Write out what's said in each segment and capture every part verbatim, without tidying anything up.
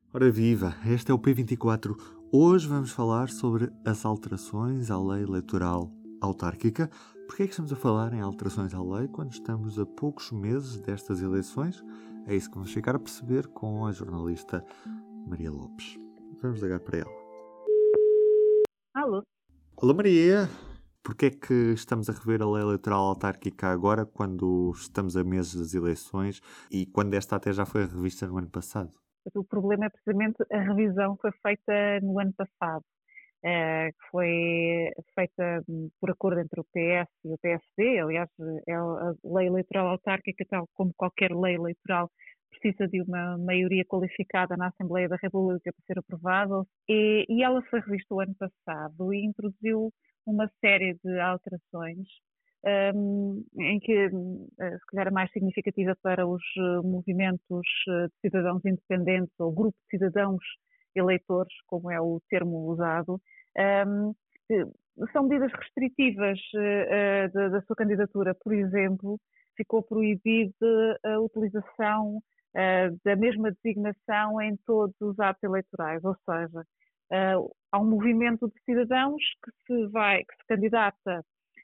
Ora viva, este é o P vinte e quatro. Hoje vamos falar sobre as alterações à lei eleitoral autárquica. Porquê é que estamos a falar em alterações à lei quando estamos a poucos meses destas eleições? É isso que vamos ficar a perceber com a jornalista Maria Lopes. Vamos ligar para ela. Alô? Olá Maria! Porquê é que estamos a rever a lei eleitoral autárquica agora, quando estamos a meses das eleições e quando esta até já foi revista no ano passado? O problema é precisamente a revisão que foi feita no ano passado, eh, que foi feita hum, por acordo entre o P S e o P S D. Aliás, é a lei eleitoral autárquica, tal como qualquer lei eleitoral, precisa de uma maioria qualificada na Assembleia da República para ser aprovada, e, e ela foi revista o ano passado e introduziu uma série de alterações, um, em que, uh, se calhar, a mais significativa para os uh, movimentos uh, de cidadãos independentes ou grupo de cidadãos eleitores, como é o termo usado, um, são medidas restritivas uh, uh, da, da sua candidatura. Por exemplo, ficou proibida a utilização uh, da mesma designação em todos os atos eleitorais, ou seja, uh, há um movimento de cidadãos que se vai, que se candidata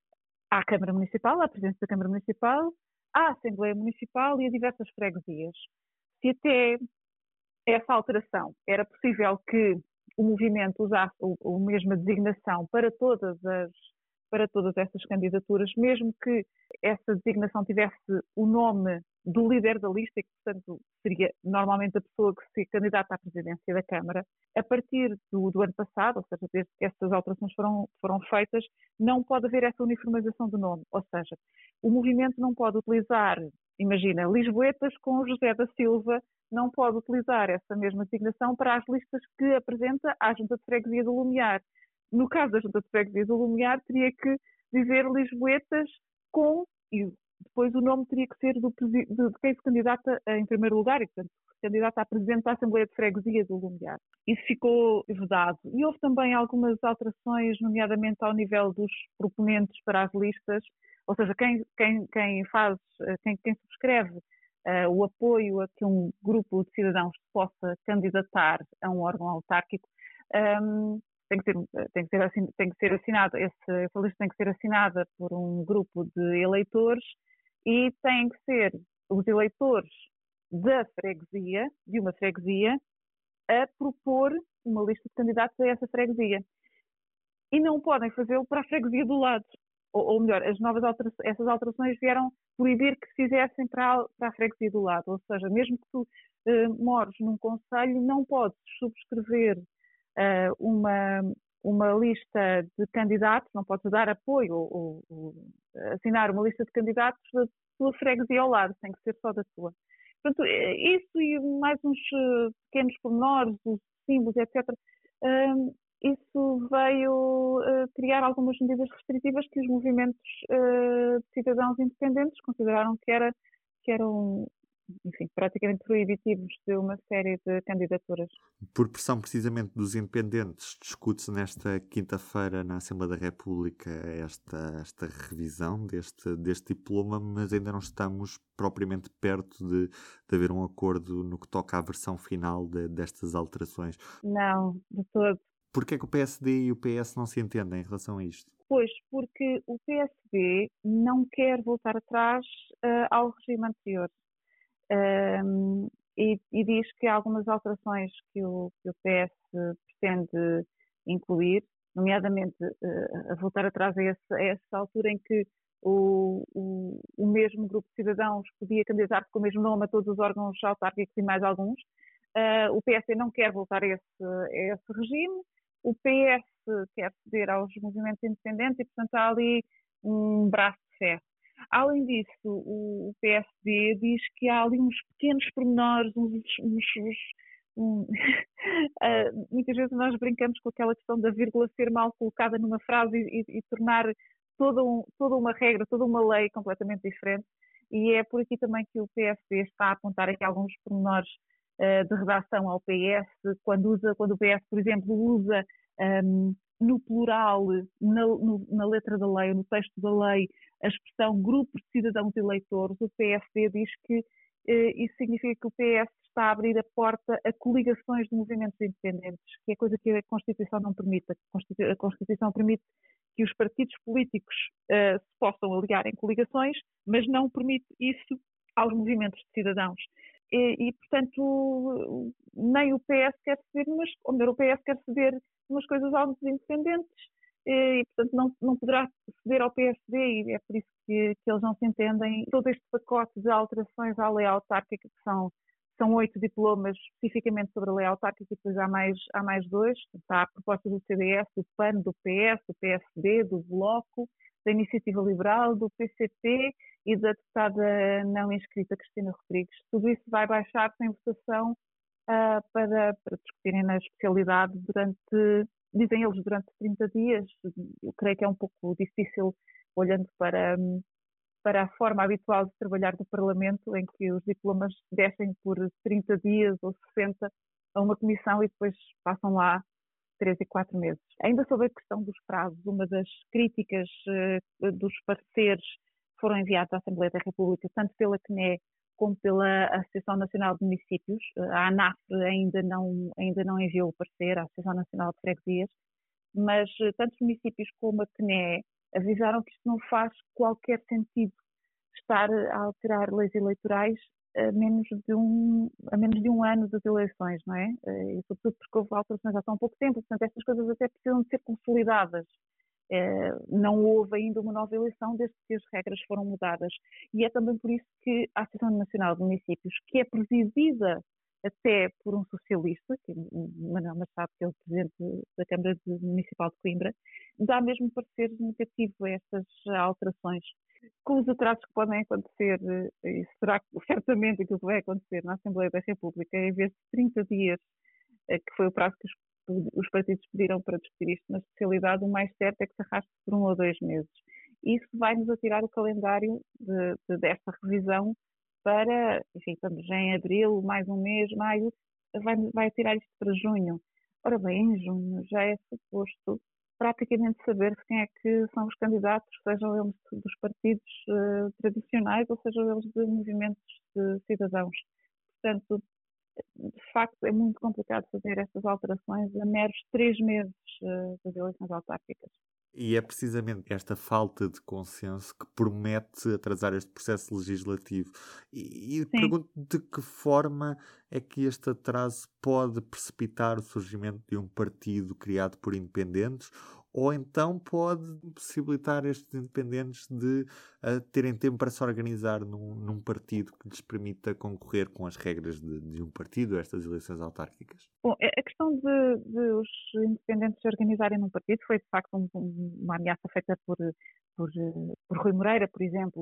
à Câmara Municipal, à presidência da Câmara Municipal, à Assembleia Municipal e a diversas freguesias. Se até essa alteração era possível que o movimento usasse a mesma designação para todas as para todas essas candidaturas, mesmo que essa designação tivesse o nome do líder da lista, e que, portanto, seria normalmente a pessoa que se candidata à presidência da Câmara, a partir do, do ano passado, ou seja, desde que essas alterações foram, foram feitas, não pode haver essa uniformização do nome. Ou seja, o movimento não pode utilizar, imagina, Lisboetas com José da Silva, não pode utilizar essa mesma designação para as listas que apresenta à Junta de Freguesia do Lumiar. No caso da Junta de Freguesia do Lumiar, teria que dizer Lisboetas com, e depois o nome teria que ser do, de, de quem se candidata em primeiro lugar, e portanto se candidata a presidente da Assembleia de Freguesia do Lumiar. Isso ficou vedado. E houve também algumas alterações, nomeadamente ao nível dos proponentes para as listas, ou seja, quem, quem, quem faz, quem, quem subscreve uh, o apoio a que um grupo de cidadãos possa candidatar a um órgão autárquico, um, Tem que, ser, tem, que ser assin, tem que ser assinada, esse, essa lista tem que ser assinada por um grupo de eleitores e têm que ser os eleitores da freguesia, de uma freguesia, a propor uma lista de candidatos a essa freguesia. E não podem fazê-lo para a freguesia do lado. Ou, ou melhor, as novas alterações, essas alterações vieram proibir que se fizessem para a, para a freguesia do lado. Ou seja, mesmo que tu uh, mores num concelho, não podes subscrever Uh, uma, uma lista de candidatos, não podes dar apoio ou, ou, ou assinar uma lista de candidatos da tua freguesia ao lado, tem que ser só da tua. Portanto, isso e mais uns uh, pequenos pormenores, os símbolos, etcétera, uh, isso veio uh, criar algumas medidas restritivas que os movimentos uh, de cidadãos independentes consideraram que, era, que eram, enfim, praticamente proibitivos de uma série de candidaturas. Por pressão precisamente dos independentes, discute-se nesta quinta-feira na Assembleia da República esta, esta revisão deste, deste diploma, mas ainda não estamos propriamente perto de, de haver um acordo no que toca à versão final de, destas alterações. Não, de todo. Porquê é que o P S D e o P S não se entendem em relação a isto? Pois, porque o P S D não quer voltar atrás uh, ao regime anterior. Um, e, e diz que há algumas alterações que o, que o P S pretende incluir, nomeadamente uh, a voltar atrás a, esse, a essa altura em que o, o, o mesmo grupo de cidadãos podia candidatar-se com o mesmo nome a todos os órgãos autárquicos e mais alguns. Uh, o P S D não quer voltar a esse, a esse regime, o P S quer ceder aos movimentos independentes e, portanto, há ali um braço de ferro. Além disso, o P S D diz que há ali uns pequenos pormenores, uns, uns, uns um, uh, muitas vezes nós brincamos com aquela questão da vírgula ser mal colocada numa frase e, e, e tornar toda, um, toda uma regra, toda uma lei completamente diferente, e é por aqui também que o P S D está a apontar aqui alguns pormenores uh, de redação ao P S, quando, usa, quando o P S, por exemplo, usa um, no plural, na, no, na letra da lei, no texto da lei, a expressão grupos de cidadãos eleitores, o P S D diz que eh, isso significa que o P S está a abrir a porta a coligações de movimentos independentes, que é coisa que a Constituição não permite. A Constituição permite que os partidos políticos uh, se possam aliar em coligações, mas não permite isso aos movimentos de cidadãos. E, e portanto, nem o P S quer ceder, umas, ou melhor, o P S quer ceder umas coisas aos independentes, e, portanto, não, não poderá ceder ao P S D, e é por isso que, que eles não se entendem. Todo este pacote de alterações à lei autárquica, que são, são oito diplomas especificamente sobre a lei autárquica, e depois há mais, há mais dois. Há a proposta do C D S, do P A N, do P S, do P S D, do Bloco, da Iniciativa Liberal, do P C P e da deputada não inscrita Cristina Rodrigues. Tudo isso vai baixar-se em votação uh, para, para discutirem na especialidade durante, dizem eles, durante trinta dias. Eu creio que é um pouco difícil, olhando para, para a forma habitual de trabalhar do Parlamento, em que os diplomas descem por trinta dias ou sessenta a uma comissão e depois passam lá três e quatro meses. Ainda sobre a questão dos prazos, uma das críticas uh, dos pareceres foram enviados à Assembleia da República, tanto pela C N E como pela Associação Nacional de Municípios. A ANAF ainda não, ainda não enviou o parecer, à Associação Nacional de Freguesias, mas tanto os municípios como a C N E avisaram que isto não faz qualquer sentido estar a alterar leis eleitorais a menos de um, a menos de um ano das eleições, não é? E sobretudo porque houve alterações há tão pouco tempo, portanto estas coisas até precisam de ser consolidadas. Não houve ainda uma nova eleição desde que as regras foram mudadas. E é também por isso que a Associação Nacional de Municípios, que é presidida até por um socialista, que Manuel Machado, que é o presidente da Câmara Municipal de Coimbra, dá mesmo parecer negativo a estas alterações. Com os atrasos que podem acontecer, e será certamente aquilo que vai acontecer na Assembleia da República, em vez de trinta dias, que foi o prazo que os, os partidos pediram para discutir isto na especialidade, o mais certo é que se arraste por um ou dois meses. Isso vai-nos atirar o calendário de, de, desta revisão para, enfim, estamos já em abril, mais um mês, maio, vai, vai tirar isto para junho. Ora bem, em junho já é suposto praticamente saber-se quem é que são os candidatos, sejam eles dos partidos uh, tradicionais ou sejam eles de movimentos de cidadãos. Portanto, de facto, é muito complicado fazer estas alterações a meros três meses uh, das eleições autárquicas. E é precisamente esta falta de consenso que promete atrasar este processo legislativo. E, e pergunto de que forma é que este atraso pode precipitar o surgimento de um partido criado por independentes, ou então pode possibilitar estes independentes de uh, terem tempo para se organizar num, num partido que lhes permita concorrer com as regras de, de um partido, estas eleições autárquicas? Bom, a questão de, de os independentes se organizarem num partido foi, de facto, um, uma ameaça feita por, por, por Rui Moreira, por exemplo.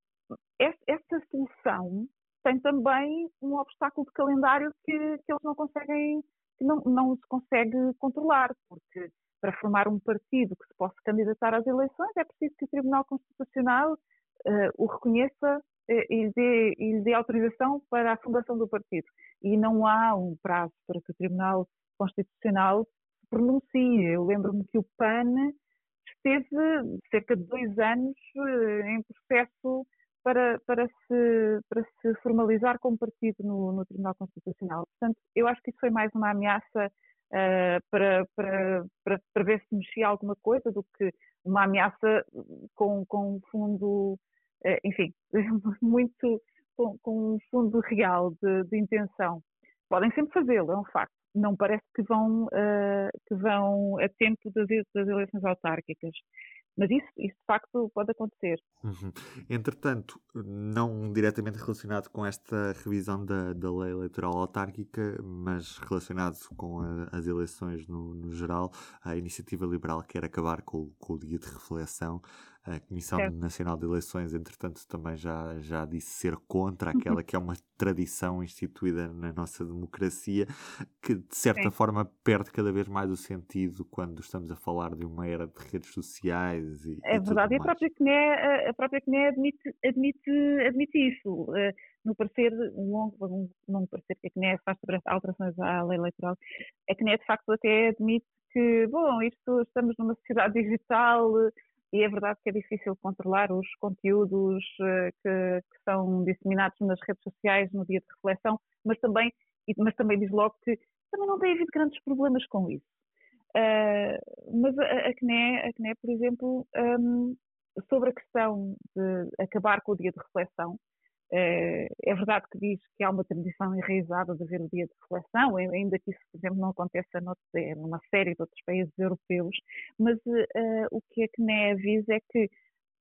Essa solução tem também um obstáculo de calendário que, que eles não conseguem, que não, não se consegue controlar, porque para formar um partido que se possa candidatar às eleições é preciso que o Tribunal Constitucional uh, o reconheça uh, e, lhe dê, e lhe dê autorização para a fundação do partido. E não há um prazo para que o Tribunal Constitucional se pronuncie. Eu lembro-me que o P A N esteve cerca de dois anos uh, em processo para, para, se, para se formalizar como partido no, no Tribunal Constitucional. Portanto, eu acho que isso foi mais uma ameaça Uh, para, para, para, para ver se mexia alguma coisa do que uma ameaça com, com um fundo, uh, enfim, muito com, com um fundo real de, de intenção. Podem sempre fazê-lo, é um facto. Não parece que vão, uh, que vão a tempo das, das eleições autárquicas. Mas isso, isso de facto pode acontecer. Uhum. Entretanto, não diretamente relacionado com esta revisão da, da lei eleitoral autárquica, mas relacionado com a, as eleições no, no geral, a Iniciativa Liberal quer acabar com, com o dia de reflexão. A Comissão certo. Nacional de Eleições, entretanto, também já, já disse ser contra aquela que é uma tradição instituída na nossa democracia, que de certa Sim. forma perde cada vez mais o sentido quando estamos a falar de uma era de redes sociais. E, é e verdade, e a própria C N E, a própria C N E admite, admite, admite isso. No parecer, um longo, um longo parecer que a C N E faz sobre alterações à lei eleitoral, a C N E de facto até admite que, bom, isto, estamos numa sociedade digital, e é verdade que é difícil controlar os conteúdos uh, que, que são disseminados nas redes sociais no dia de reflexão, mas também, mas também diz logo que também não tem havido grandes problemas com isso. Uh, mas a, a, C N E, a C N E, por exemplo, um, sobre a questão de acabar com o dia de reflexão, uh, é verdade que diz que há uma tradição enraizada de haver o dia de reflexão, ainda que isso, por exemplo, não aconteça numa série de outros países europeus, mas uh, o que a C N E avisa é que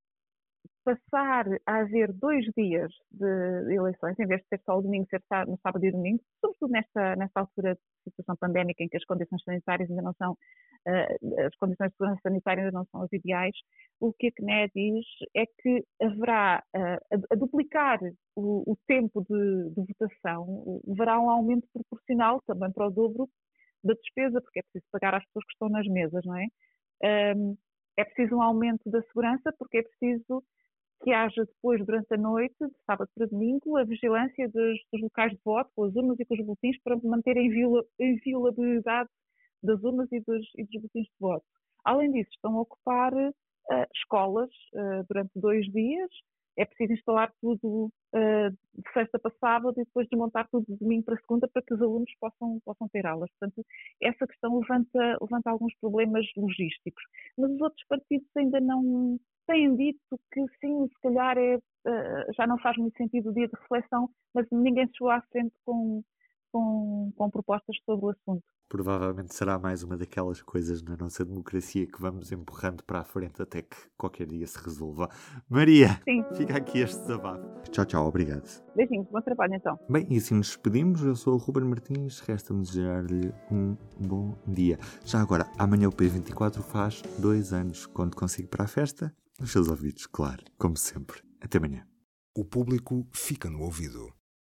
passar a haver dois dias de eleições, em vez de ser só o domingo, ser no sábado e domingo, sobretudo nesta, nesta altura de situação pandémica em que as condições sanitárias ainda não são, uh, as condições de segurança sanitária ainda não são as ideais, o que a C N E diz é que haverá, uh, a, a duplicar o, o tempo de, de votação, haverá um aumento proporcional também para o dobro da despesa, porque é preciso pagar às pessoas que estão nas mesas, não é? Um, é preciso um aumento da segurança, porque é preciso que haja depois, durante a noite, de sábado para domingo, a vigilância dos, dos locais de voto, com as urnas e com os boletins, para manter a inviolabilidade das urnas e dos, e dos boletins de voto. Além disso, estão a ocupar uh, escolas uh, durante dois dias. É preciso instalar tudo uh, de sexta para sábado e depois desmontar tudo de domingo para segunda para que os alunos possam, possam ter aulas. Portanto, essa questão levanta, levanta alguns problemas logísticos. Mas os outros partidos ainda não têm dito que sim, se calhar é, uh, já não faz muito sentido o dia de reflexão, mas ninguém chegou à frente com, com, com propostas sobre o assunto. Provavelmente será mais uma daquelas coisas na nossa democracia que vamos empurrando para a frente até que qualquer dia se resolva. Maria, sim. Fica aqui este desabafo. Tchau, tchau, obrigado. Beijinhos, bom trabalho então. Bem, e assim nos despedimos. Eu sou o Ruben Martins, resta-me desejar-lhe um bom dia. Já agora, amanhã o P vinte e quatro faz dois anos. Quando consigo para a festa, nos seus ouvidos, claro, como sempre. Até amanhã. O público fica no ouvido.